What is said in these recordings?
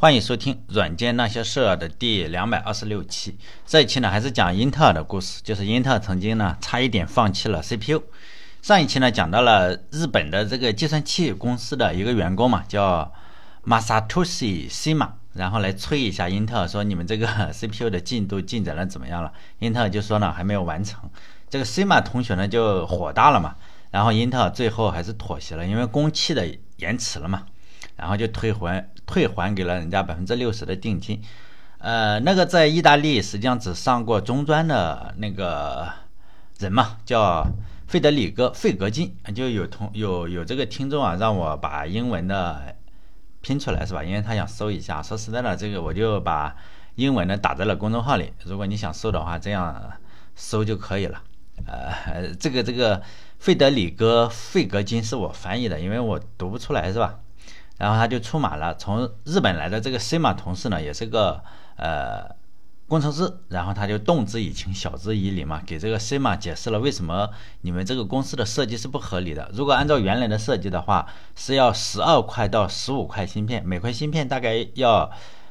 欢迎收听《软件那些事儿》的第226期。这一期呢，还是讲英特尔的故事，就是英特尔曾经呢差一点放弃了 CPU。上一期呢讲到了日本的这个计算器公司的一个员工嘛，叫 Masatoshi Shima， 然后来催一下英特尔，说你们这个 CPU 的进展了怎么样了？英特尔就说呢还没有完成。这个 Shima 同学呢就火大了嘛，然后英特尔最后还是妥协了，因为工期的延迟了嘛。然后就退还给了人家60%的定金。那个在意大利实际上只上过中专的那个人嘛，叫费德里戈·费格金，就有这个听众啊，让我把英文的拼出来是吧？因为他想搜一下。说实在的，这个我就把英文的打在了公众号里，如果你想搜的话，这样搜就可以了。这个费德里戈·费格金是我翻译的，因为我读不出来是吧？然后他就出马了，从日本来的这个 Shima 同事呢，也是个工程师，然后他就动之以情，晓之以理嘛，给这个 Shima 解释了为什么你们这个公司的设计是不合理的。如果按照原来的设计的话，是要12块到15块芯片，每块芯片大概要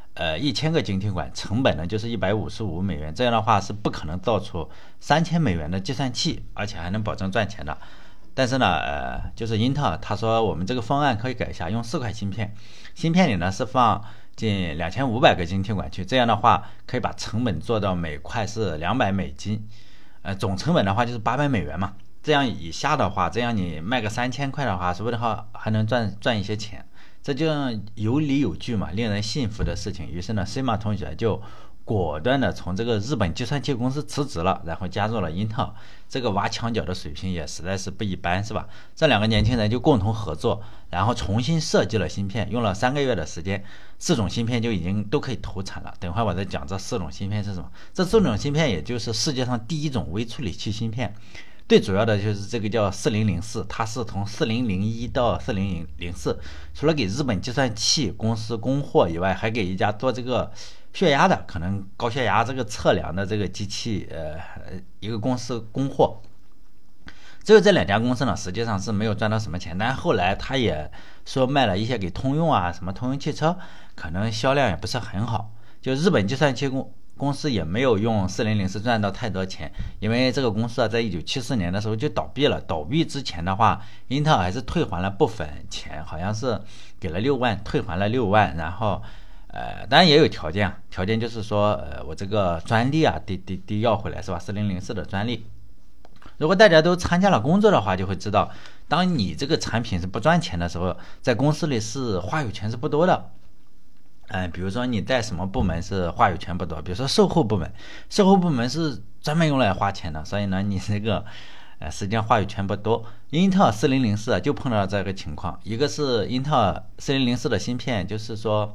1000个晶体管，成本呢就是155美元，这样的话是不可能造出3000美元的计算器，而且还能保证赚钱的。但是呢，就是英特尔他说我们这个方案可以改一下，用4块芯片，芯片里呢是放进2500个晶体管去，这样的话可以把成本做到每块是200美金，总成本的话就是800美元嘛。这样以下的话，这样你卖个3000块的话，说不定还能赚一些钱，这就有理有据嘛，令人信服的事情。于是呢，Shima 同学就果断的从这个日本计算器公司辞职了，然后加入了英特尔。这个挖墙脚的水平也实在是不一般，是吧？这两个年轻人就共同合作，然后重新设计了芯片，用了3个月的时间，4种芯片就已经都可以投产了。等会儿我再讲这4种芯片是什么。这4种芯片也就是世界上第一种微处理器芯片，最主要的就是这个叫4004，它是从4001到4004，除了给日本计算器公司供货以外，还给一家做这个血压的，可能高血压这个测量的这个机器，一个公司供货。只有这2家公司呢，实际上是没有赚到什么钱，但后来他也说卖了一些给通用啊，什么通用汽车，可能销量也不是很好。就日本计算器公司也没有用4004赚到太多钱，因为这个公司啊，在1974年的时候就倒闭了。倒闭之前的话，英特尔还是退还了部分钱，好像是给了6万，退还了6万，然后当然也有条件就是说，我这个专利啊，得要回来是吧？4004的专利。如果大家都参加了工作的话，就会知道，当你这个产品是不赚钱的时候，在公司里是话语权是不多的。比如说你在什么部门是话语权不多，比如说售后部门是专门用来花钱的，所以呢，你这个实际上话语权不多。英特尔4004就碰到了这个情况，一个是英特尔4004的芯片，就是说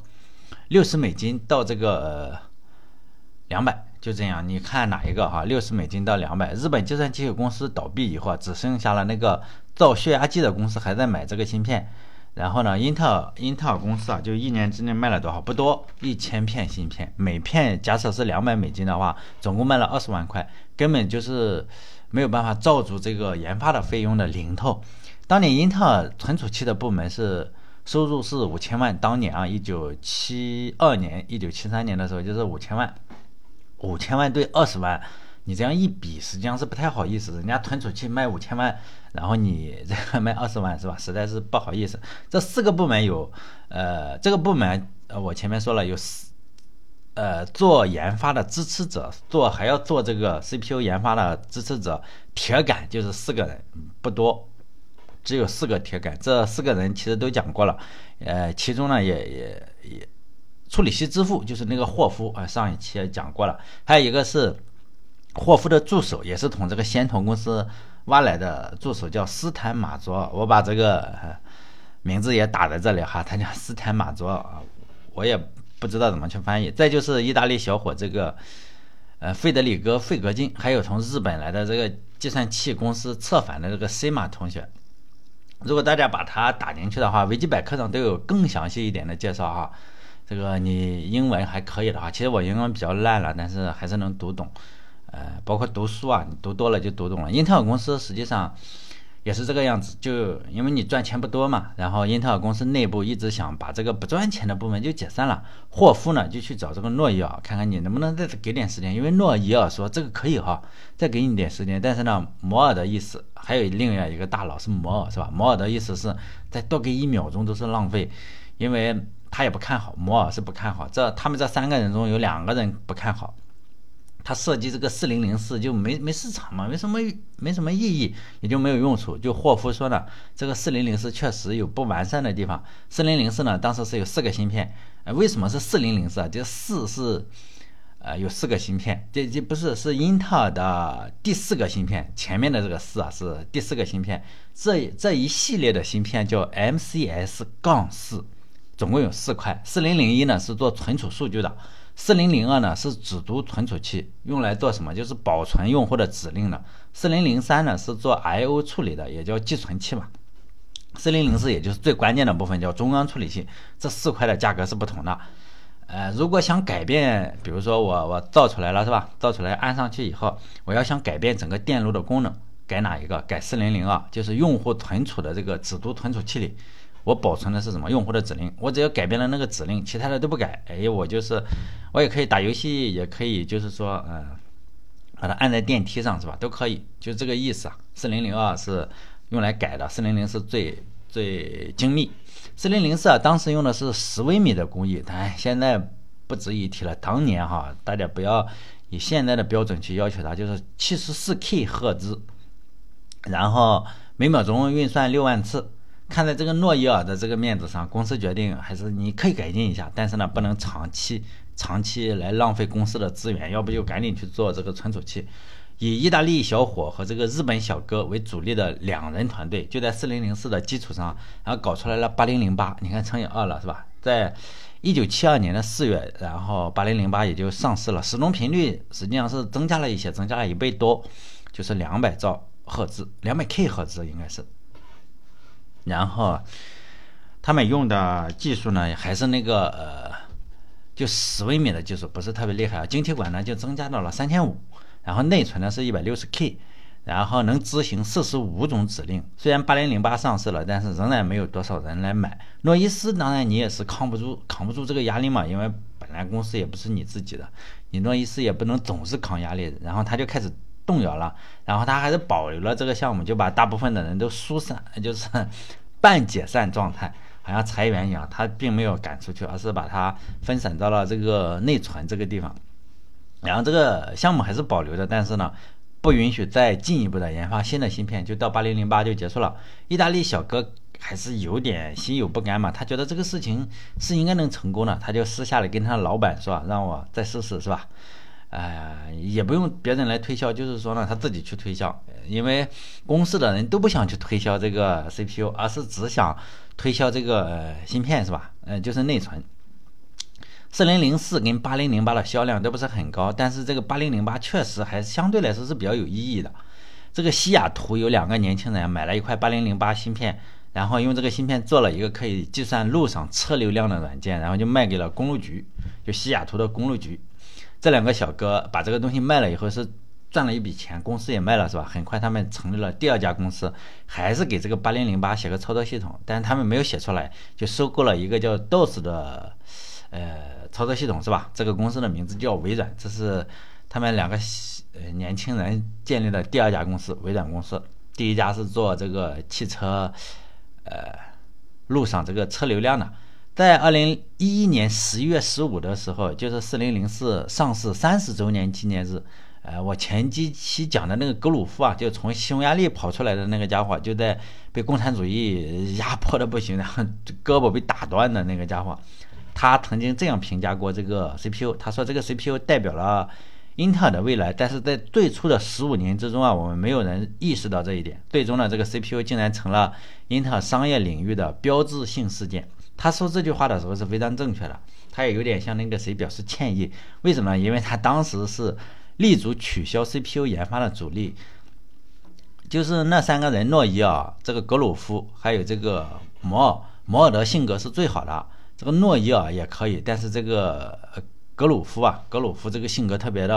60美金到这个200，就这样，你看哪一个哈？60美金到200。日本计算机公司倒闭以后，只剩下了那个造血压计的公司还在买这个芯片。然后呢，英特尔公司啊，就1年之内卖了多少？不多，1000片芯片，每片假设是200美金的话，总共卖了20万块，根本就是没有办法罩住这个研发的费用的零头。当年英特尔存储器的部门收入是5000万，当年啊，1972年、1973年的时候就是5000万，5000万对20万。你这样一比，实际上是不太好意思，人家存储器卖5000万，然后你这个卖20万是吧？实在是不好意思。这4个部门有，这个部门我前面说了有做研发的支持者，还要做这个 CPU 研发的支持者，铁杆就是4个人，不多，只有4个铁杆。这4个人其实都讲过了，其中呢也处理器之父就是那个霍夫上一期也讲过了，还有一个是霍夫的助手，也是从这个仙童公司挖来的助手，叫斯坦马卓。我把这个名字也打在这里哈，他叫斯坦马卓，我也不知道怎么去翻译。再就是意大利小伙这个费德里戈·费格金，还有从日本来的这个计算器公司策反的这个 Shima 同学。如果大家把它打进去的话，维基百科上都有更详细一点的介绍哈。这个你英文还可以的话，其实我英文比较烂了，但是还是能读懂。包括读书啊，你读多了就读懂了。英特尔公司实际上也是这个样子，就因为你赚钱不多嘛，然后英特尔公司内部一直想把这个不赚钱的部分就解散了。霍夫呢就去找这个诺伊尔，看看你能不能再给点时间，因为诺伊尔说这个可以哈，再给你点时间。但是呢，摩尔的意思还有另外一个大佬是摩尔是吧？摩尔的意思是再多给1秒钟都是浪费，因为他也不看好，摩尔是不看好，他们这3个人中有2个人不看好。他设计这个4004就没市场嘛，没什么意义，也就没有用处。就霍夫说呢，这个4004确实有不完善的地方。4004呢，当时是有4个芯片，为什么是4004啊？这4是有4个芯片，这不是英特尔的第4个芯片，前面的这个4啊是第4个芯片。这一系列的芯片叫 MCS-4，总共有4块。4001呢是做存储数据的。4002呢是只读存储器，用来做什么？就是保存用户的指令的。4003呢是做 I/O 处理的，也叫寄存器嘛。4004也就是最关键的部分，叫中央处理器。这4块的价格是不同的。如果想改变，比如说我造出来了是吧？造出来安上去以后，我要想改变整个电路的功能，改哪一个？改4002，就是用户存储的这个只读存储器里。我保存的是什么？用户的指令，我只要改变了那个指令，其他的都不改。我也可以打游戏，也可以就是说，把它按在电梯上是吧？都可以，就这个意思啊。4002是用来改的，400是最精密。4004啊，当时用的是10微米的工艺，但现在不值一提了。当年哈，大家不要以现在的标准去要求它，就是74K 赫兹，然后每秒钟运算6万次。看在这个诺伊尔的这个面子上，公司决定还是你可以改进一下，但是呢，不能长期来浪费公司的资源，要不就赶紧去做这个存储器。以意大利小伙和这个日本小哥为主力的2人团队，就在4004的基础上，然后搞出来了8008，你看乘以2了是吧？在1972年的4月，然后8008也就上市了，使用频率实际上是增加了一些，增加了1倍多，就是200兆赫兹，200K 赫兹应该是。然后他们用的技术呢，还是那个就10微米的技术，不是特别厉害啊。晶体管呢就增加到了3500，然后内存呢是160K，然后能执行45种指令。虽然8008上市了，但是仍然没有多少人来买。诺伊斯当然你也是扛不住这个压力嘛，因为本来公司也不是你自己的，你诺伊斯也不能总是扛压力。然后他就开始动摇了，然后他还是保留了这个项目，就把大部分的人都疏散，就是半解散状态，好像裁员一样。他并没有赶出去，而是把它分散到了这个内存这个地方。然后这个项目还是保留的，但是呢，不允许再进一步的研发新的芯片，就到8008就结束了。意大利小哥还是有点心有不甘嘛，他觉得这个事情是应该能成功的，他就私下里跟他老板说，让我再试试是吧？也不用别人来推销，就是说呢，他自己去推销，因为公司的人都不想去推销这个 CPU， 而是只想推销这个芯片是吧？就是内存。4004跟8008的销量都不是很高，但是这个8008确实还相对来说是比较有意义的。这个西雅图有2个年轻人买了一块8008芯片，然后用这个芯片做了一个可以计算路上车流量的软件，然后就卖给了公路局，就西雅图的公路局。这2个小哥把这个东西卖了以后是赚了一笔钱，公司也卖了是吧？很快他们成立了第2家公司，还是给这个8008写个操作系统，但是他们没有写出来，就收购了一个叫 DOS 的操作系统是吧？这个公司的名字叫微软，这是他们2个年轻人建立的第2家公司，微软公司。第1家是做这个汽车路上这个车流量的。在2011年11月15的时候，就是4004上市30周年纪念日。我前几期讲的那个格鲁夫啊，就从匈牙利跑出来的那个家伙，就在被共产主义压迫的不行，然后胳膊被打断的那个家伙，他曾经这样评价过这个 CPU， 他说这个 CPU 代表了英特尔的未来，但是在最初的15年之中啊，我们没有人意识到这一点。最终呢，这个 CPU 竟然成了英特尔商业领域的标志性事件。他说这句话的时候是非常正确的，他也有点向那个谁表示歉意。为什么呢？因为他当时是力主取消 CPU 研发的主力，就是那3个人，诺伊尔、这个格鲁夫还有这个摩尔的性格是最好的。这个诺伊尔也可以，但是这个格鲁夫这个性格特别的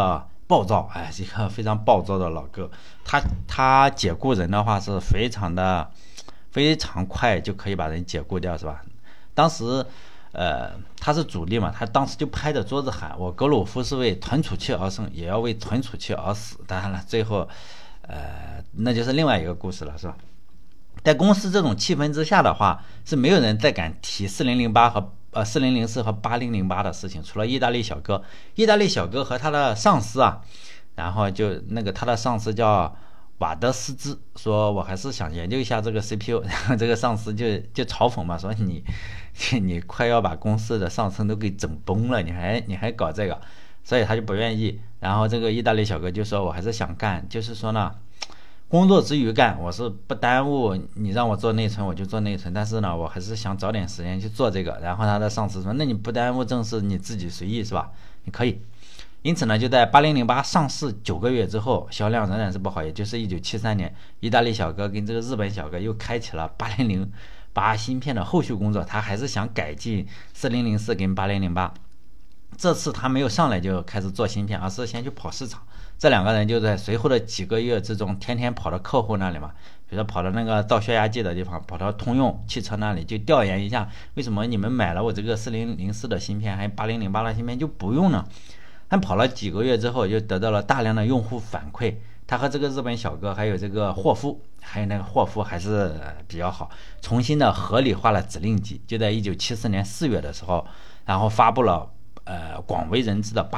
暴躁，是一个非常暴躁的老哥。他解雇人的话是非常快就可以把人解雇掉，是吧？当时他是主力嘛，他当时就拍着桌子喊：“我格鲁夫是为存储器而生，也要为存储器而死。”当然了，最后那就是另外一个故事了，是吧？在公司这种气氛之下的话，是没有人再敢提4008和4004和8008的事情，除了意大利小哥。意大利小哥和他的上司啊，然后就他的上司叫瓦德斯兹，说我还是想研究一下这个 CPU， 然后这个上司就嘲讽嘛，说你快要把公司的上层都给整崩了，你还搞这个，所以他就不愿意。然后这个意大利小哥就说我还是想干，就是说呢，工作之余干，我是不耽误你让我做内存我就做内存，但是呢我还是想找点时间去做这个。然后他的上司说，那你不耽误正事你自己随意是吧，你可以。因此呢，就在8008上市9个月之后，销量仍然是不好，也就是1973年，意大利小哥跟这个日本小哥又开启了8008芯片的后续工作。他还是想改进4004跟8008，这次他没有上来就开始做芯片，而是先去跑市场。这两个人就在随后的几个月之中，天天跑到客户那里嘛，比如说跑到那个造血压计的地方，跑到通用汽车那里，就调研一下，为什么你们买了我这个4004的芯片，还8008的芯片就不用呢？他跑了几个月之后，就得到了大量的用户反馈。他和这个日本小哥，还有这个霍夫，还是比较好，重新的合理化了指令集。就在1974年4月的时候，然后发布了广为人知的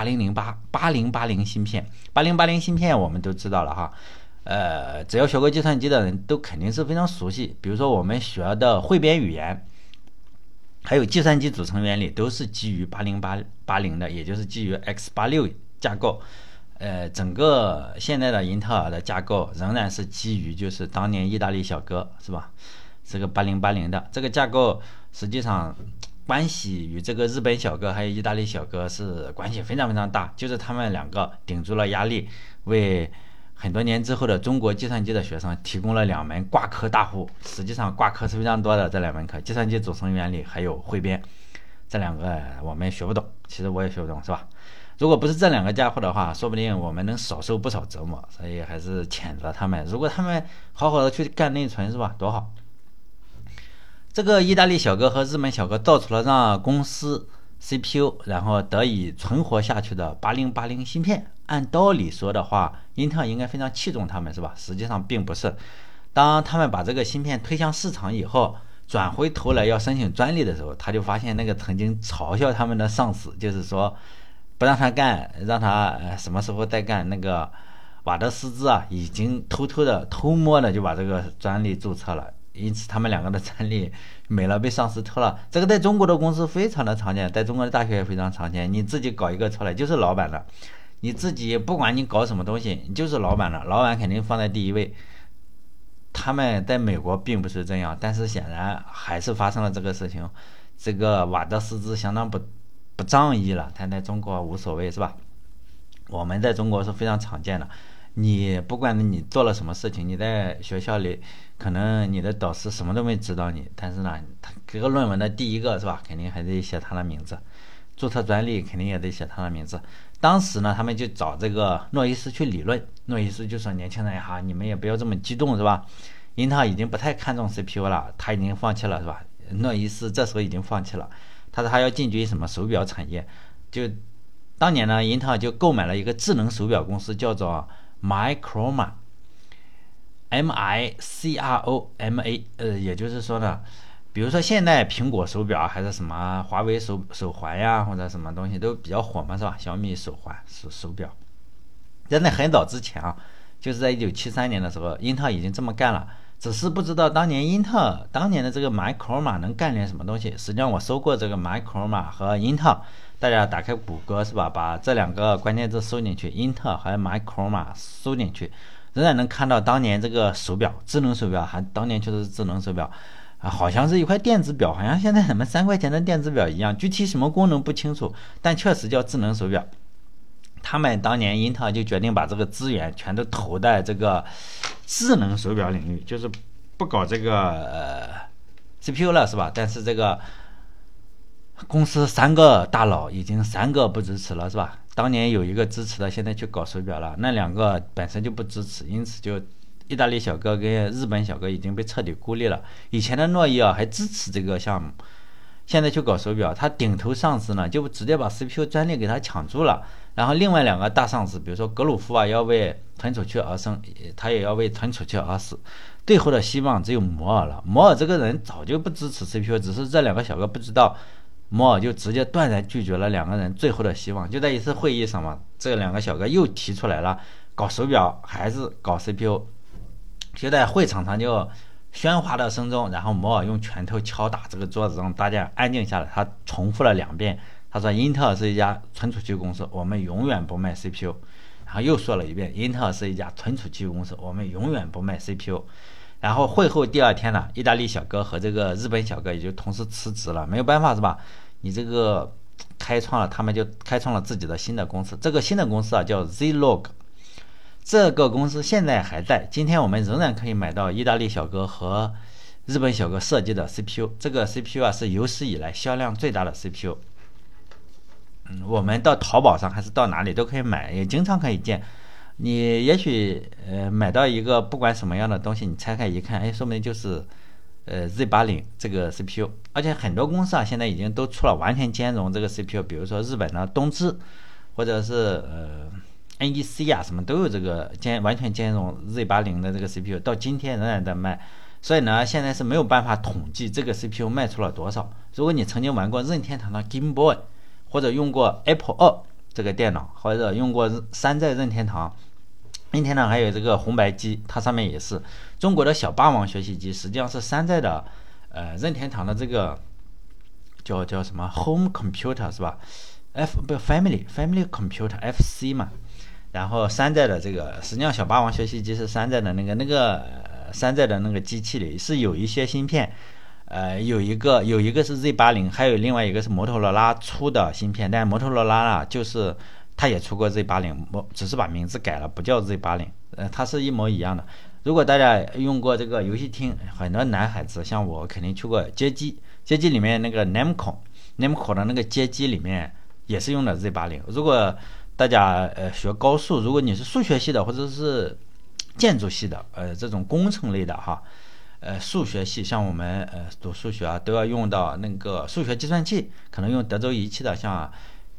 8080芯片。8080芯片我们都知道了哈，只要学过计算机的人都肯定是非常熟悉。比如说我们学的汇编语言，还有计算机组成原理，都是基于8080的，也就是基于 x86 架构。整个现在的英特尔的架构仍然是基于就是当年意大利小哥是吧，这个8080的这个架构，实际上关系与这个日本小哥还有意大利小哥是关系非常非常大，就是他们两个顶住了压力，为很多年之后的中国计算机的学生提供了2门挂科大户。实际上挂科是非常多的，这2门课，计算机组成原理还有汇编，这2个我们学不懂，其实我也学不懂是吧？如果不是这2个家伙的话，说不定我们能少受不少折磨，所以还是谴责他们。如果他们好好的去干内存是吧，多好。这个意大利小哥和日本小哥造出了让公司 CPU 然后得以存活下去的8080芯片。按道理说的话，英特尔应该非常器重他们是吧？实际上并不是。当他们把这个芯片推向市场以后，转回头来要申请专利的时候，他就发现那个曾经嘲笑他们的上司，就是说不让他干，让他什么时候再干，那个瓦德斯兹啊，已经偷摸的就把这个专利注册了。因此他们2个的专利没了，被上司偷了。这个在中国的公司非常的常见，在中国的大学也非常常见。你自己搞一个出来就是老板的，你自己不管你搞什么东西，你就是老板的，老板肯定放在第一位。他们在美国并不是这样，但是显然还是发生了这个事情。这个瓦德斯兹相当不仗义了，但在中国无所谓是吧？我们在中国是非常常见的。你不管你做了什么事情，你在学校里可能你的导师什么都没指导你，但是呢，他这个论文的第一个是吧，肯定还得写他的名字，注册专利肯定也得写他的名字。当时呢，他们就找这个诺伊斯去理论，诺伊斯就说：“年轻人哈，你们也不要这么激动是吧？英特尔已经不太看重 CPU 了，他已经放弃了是吧？”诺伊斯这时候已经放弃了，他说他要进军什么手表产业。就当年呢，英特尔就购买了一个智能手表公司，叫做Microma， MICROMA， 也就是说呢，比如说现在苹果手表还是什么华为手环呀，或者什么东西都比较火嘛，是吧？小米手环手表。但在很早之前啊，就是在1973年的时候，英特尔已经这么干了，只是不知道当年英特尔当年的这个 Microma 能干点什么东西。实际上我搜过这个 Microma 和英特尔，大家打开谷歌是吧，把这2个关键字搜进去，英特尔和 Microma 搜进去，仍然能看到当年这个手表，智能手表，还当年确实是智能手表啊，好像是一块电子表，好像现在什么3块钱的电子表一样，具体什么功能不清楚，但确实叫智能手表。他们当年英特尔就决定把这个资源全都投在这个智能手表领域，就是不搞这个CPU 了是吧？但是这个公司3个大佬已经3个不支持了是吧？ 当年有一个支持的，现在去搞手表了，那两个本身就不支持，因此就意大利小哥跟日本小哥已经被彻底孤立了。以前的诺伊尔还支持这个项目，现在去搞手表，他顶头上司呢就直接把 CPU 专利给他抢住了。然后另外两个大上司，比如说格鲁夫啊，要为存储器而生，他也要为存储器而死。最后的希望只有摩尔了。摩尔这个人早就不支持 CPU， 只是这两个小哥不知道。摩尔就直接断然拒绝了两个人最后的希望。就在一次会议上嘛，这两个小哥又提出来了，搞手表还是搞 CPU。就在会场上就喧哗的声中，然后摩尔用拳头敲打这个桌子，让大家安静下来。他重复了2遍，他说英特尔是一家存储器公司，我们永远不卖 CPU。然后又说了一遍，英特尔是一家存储器公司，我们永远不卖 CPU。然后会后第2天呢，意大利小哥和这个日本小哥也就同时辞职了，没有办法是吧？你这个他们就开创了自己的新的公司。这个新的公司啊叫 Zilog， 这个公司现在还在，今天我们仍然可以买到意大利小哥和日本小哥设计的 CPU。这个 CPU 啊是有史以来销量最大的 CPU。我们到淘宝上还是到哪里都可以买，也经常可以见。你也许买到一个不管什么样的东西，你拆开一看，哎，说明就是Z80 这个 CPU。而且很多公司啊现在已经都出了完全兼容这个 CPU， 比如说日本的东芝或者是NEC 啊什么都有这个完全兼容 Z80 的这个 CPU， 到今天仍然在卖。所以呢，现在是没有办法统计这个 CPU 卖出了多少。如果你曾经玩过任天堂的 Game Boy， 或者用过 Apple 2这个电脑，或者用过山寨任天堂还有这个红白机，它上面也是中国的小霸王学习机，实际上是山寨的任天堂的这个叫什么 Home Computer 是吧？ Family Computer FC 嘛。然后山寨的这个，实际上小霸王学习机是山寨的山寨的那个机器里是有一些芯片，有一个是 Z80， 还有另外一个是摩托罗拉出的芯片。但摩托罗拉啊，就是它也出过 Z80， 只是把名字改了，不叫 Z80，它是一模一样的。如果大家用过这个游戏厅，很多男孩子像我肯定去过街机里面那个 Namco 的那个街机里面也是用的 Z80。如果大家学高数，如果你是数学系的或者是建筑系的这种工程类的哈，数学系像我们读数学啊都要用到那个数学计算器，可能用德州仪器的，像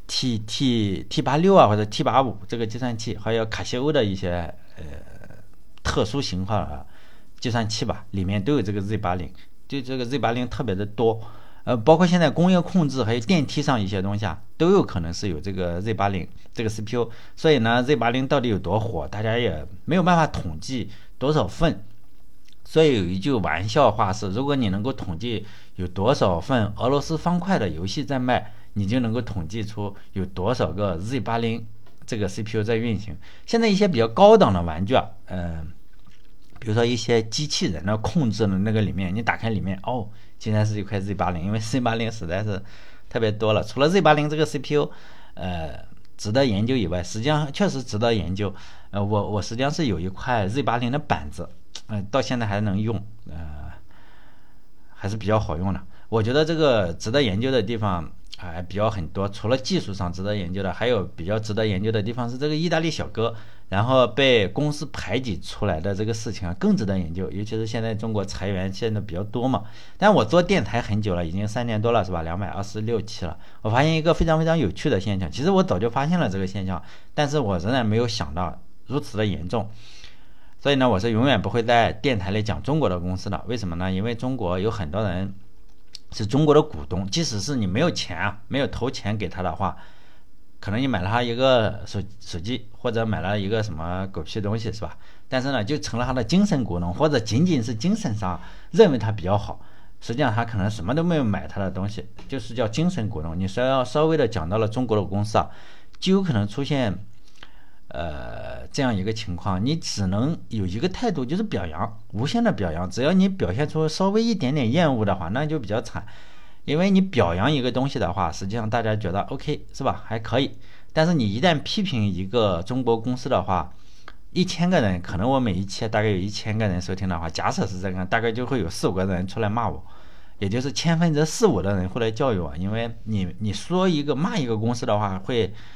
T86 啊或者 T85 这个计算器，还有卡西欧的一些特殊型号计算器吧，里面都有这个 Z80。就这个 Z80 特别的多，包括现在工业控制还有电梯上一些东西啊，都有可能是有这个 Z80 这个 CPU。 所以呢 Z80 到底有多火，大家也没有办法统计多少份。所以有一句玩笑话是，如果你能够统计有多少份俄罗斯方块的游戏在卖，你就能够统计出有多少个 Z80 这个 CPU 在运行。现在一些比较高档的玩具啊，比如说一些机器人的控制的那个里面，你打开里面竟然是一块 Z80， 因为 Z80 实在是特别多了。除了 Z80 这个 CPU值得研究以外，实际上确实值得研究。我实际上是有一块 Z80 的板子，到现在还能用，还是比较好用的。我觉得这个值得研究的地方比较很多，除了技术上值得研究的，还有比较值得研究的地方是这个意大利小哥然后被公司排挤出来的这个事情啊，更值得研究。尤其是现在中国裁员现在比较多嘛。但我做电台很久了，已经3年多了是吧，226期了。我发现一个非常非常有趣的现象，其实我早就发现了这个现象，但是我仍然没有想到如此的严重。所以呢，我是永远不会在电台里讲中国的公司的。为什么呢？因为中国有很多人是中国的股东，即使是你没有钱没有投钱给他的话，可能你买了他一个手机，或者买了一个什么狗屁东西是吧？但是呢，就成了他的精神股东，或者仅仅是精神上认为他比较好，实际上他可能什么都没有买他的东西，就是叫精神股东。你稍微的讲到了中国的公司啊，就有可能出现这样一个情况，你只能有一个态度，就是表扬，无限的表扬。只要你表现出稍微一点点厌恶的话，那就比较惨。因为你表扬一个东西的话，实际上大家觉得 OK 是吧，还可以。但是你一旦批评一个中国公司的话，1000个人，可能我每一期大概有1000个人收听的话，假设是这个，大概就会有4-5个人出来骂我，也就是4-5的人会来教育我。因为你说骂一个公司的话，会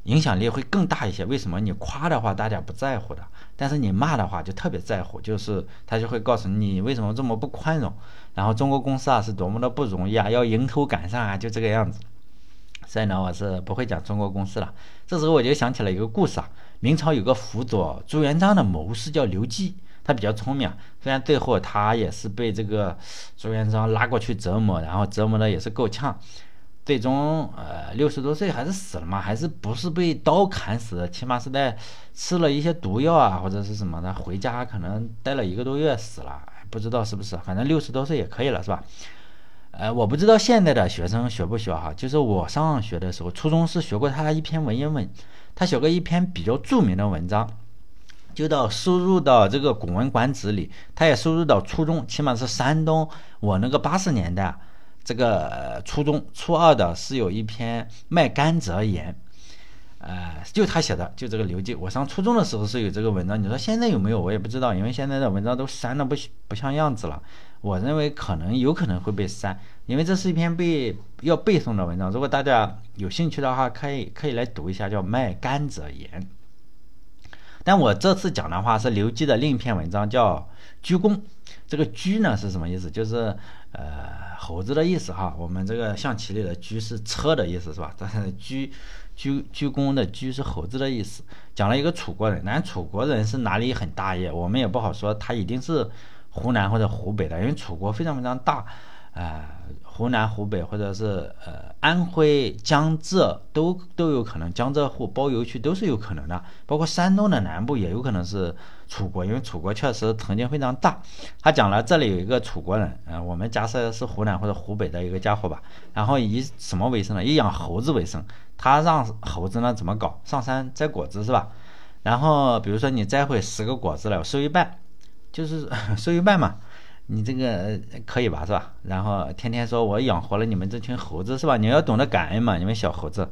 影响力会更大一些。为什么？你夸的话大家不在乎的，但是你骂的话就特别在乎，就是他就会告诉你为什么这么不宽容，然后中国公司啊是多么的不容易啊，要迎头赶上啊，就这个样子。所以呢，我是不会讲中国公司了。这时候我就想起了一个故事啊，明朝有个辅佐朱元璋的谋士叫刘基，他比较聪明，虽然最后他也是被这个朱元璋拉过去折磨，然后折磨的也是够呛，最终60多岁还是死了嘛，还是不是被刀砍死的，起码是在吃了一些毒药啊或者是什么的，回家可能待了1个多月死了，不知道是不是，反正60多岁也可以了是吧？我不知道现在的学生学不学哈，就是我上学的时候，初中是学过他一篇文言文，他写过一篇比较著名的文章，就输入到这个《古文观止》里，他也输入到初中，起码是山东我那个80年代，这个初中初二的是有一篇卖甘蔗盐，就他写的，就这个刘基。我上初中的时候是有这个文章，你说现在有没有我也不知道，因为现在的文章都删的不像样子了。我认为有可能会被删，因为这是一篇要背诵的文章。如果大家有兴趣的话，可以来读一下，叫卖甘蔗盐。但我这次讲的话是刘基的另一篇文章，叫鞠躬。这个鞠呢是什么意思？就是猴子的意思哈。我们这个象棋里的车是车的意思是吧？但是鞠躬的鞠是猴子的意思。讲了一个楚国人，但楚国人是哪里很大业，我们也不好说，他一定是湖南或者湖北的，因为楚国非常非常大，湖南、湖北或者是安徽、江浙都有可能，江浙沪包邮区都是有可能的，包括山东的南部也有可能是楚国，因为楚国确实曾经非常大。他讲了这里有一个楚国人，我们假设是湖南或者湖北的一个家伙吧，然后以什么为生呢？以养猴子为生。他让猴子呢怎么搞？上山摘果子是吧？然后比如说你摘回10个果子来，我收一半，就是收一半嘛。你这个可以吧，是吧？然后天天说我养活了你们这群猴子，是吧？你要懂得感恩嘛，你们小猴子。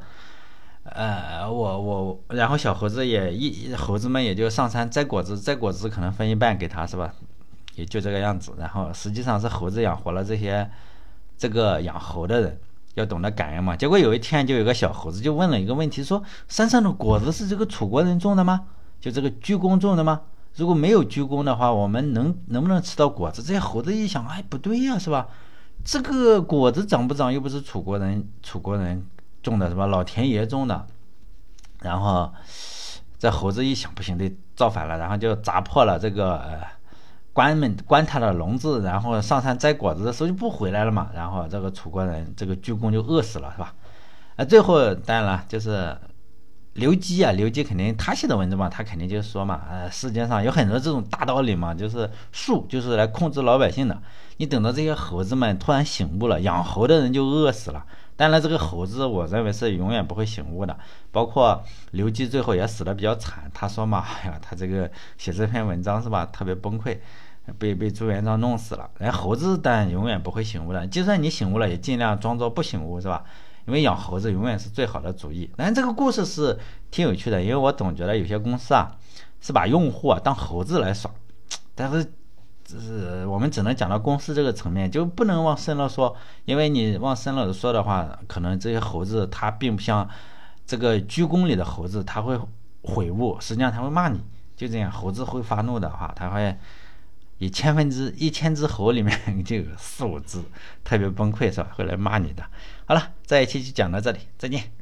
然后小猴子猴子们也就上山摘果子可能分一半给他，是吧？也就这个样子。然后实际上是猴子养活了这个养猴的人，要懂得感恩嘛。结果有一天就有个小猴子就问了一个问题，说山上的果子是这个楚国人种的吗？就这个鞠躬种的吗？如果没有鞠躬的话，我们能不能吃到果子？这些猴子一想，不对呀，是吧？这个果子长不长又不是楚国人种的，是吧？老天爷种的。然后这猴子一想，不行，得造反了，然后就砸破了这个关他的笼子，然后上山摘果子的时候就不回来了嘛。然后这个楚国人这个鞠躬就饿死了，是吧？最后当然了，就是刘基肯定他写的文字嘛，他肯定就说嘛，世界上有很多这种大道理嘛，就是术就是来控制老百姓的。你等到这些猴子们突然醒悟了，养猴的人就饿死了。当然这个猴子我认为是永远不会醒悟的，包括刘基最后也死得比较惨。他说嘛，他这个写这篇文章是吧，特别崩溃，被朱元璋弄死了。猴子但永远不会醒悟的，就算你醒悟了，也尽量装作不醒悟，是吧？因为养猴子永远是最好的主意。但这个故事是挺有趣的，因为我总觉得有些公司是把用户当猴子来耍，但是我们只能讲到公司这个层面，就不能往深了说，因为你往深了说的话，可能这些猴子它并不像这个鞠躬里的猴子，它会悔悟，实际上它会骂你。就这样，猴子会发怒的话，它会以1000只猴里面就有4、5只特别崩溃，是吧？会来骂你的。好了，这一期就讲到这里，再见。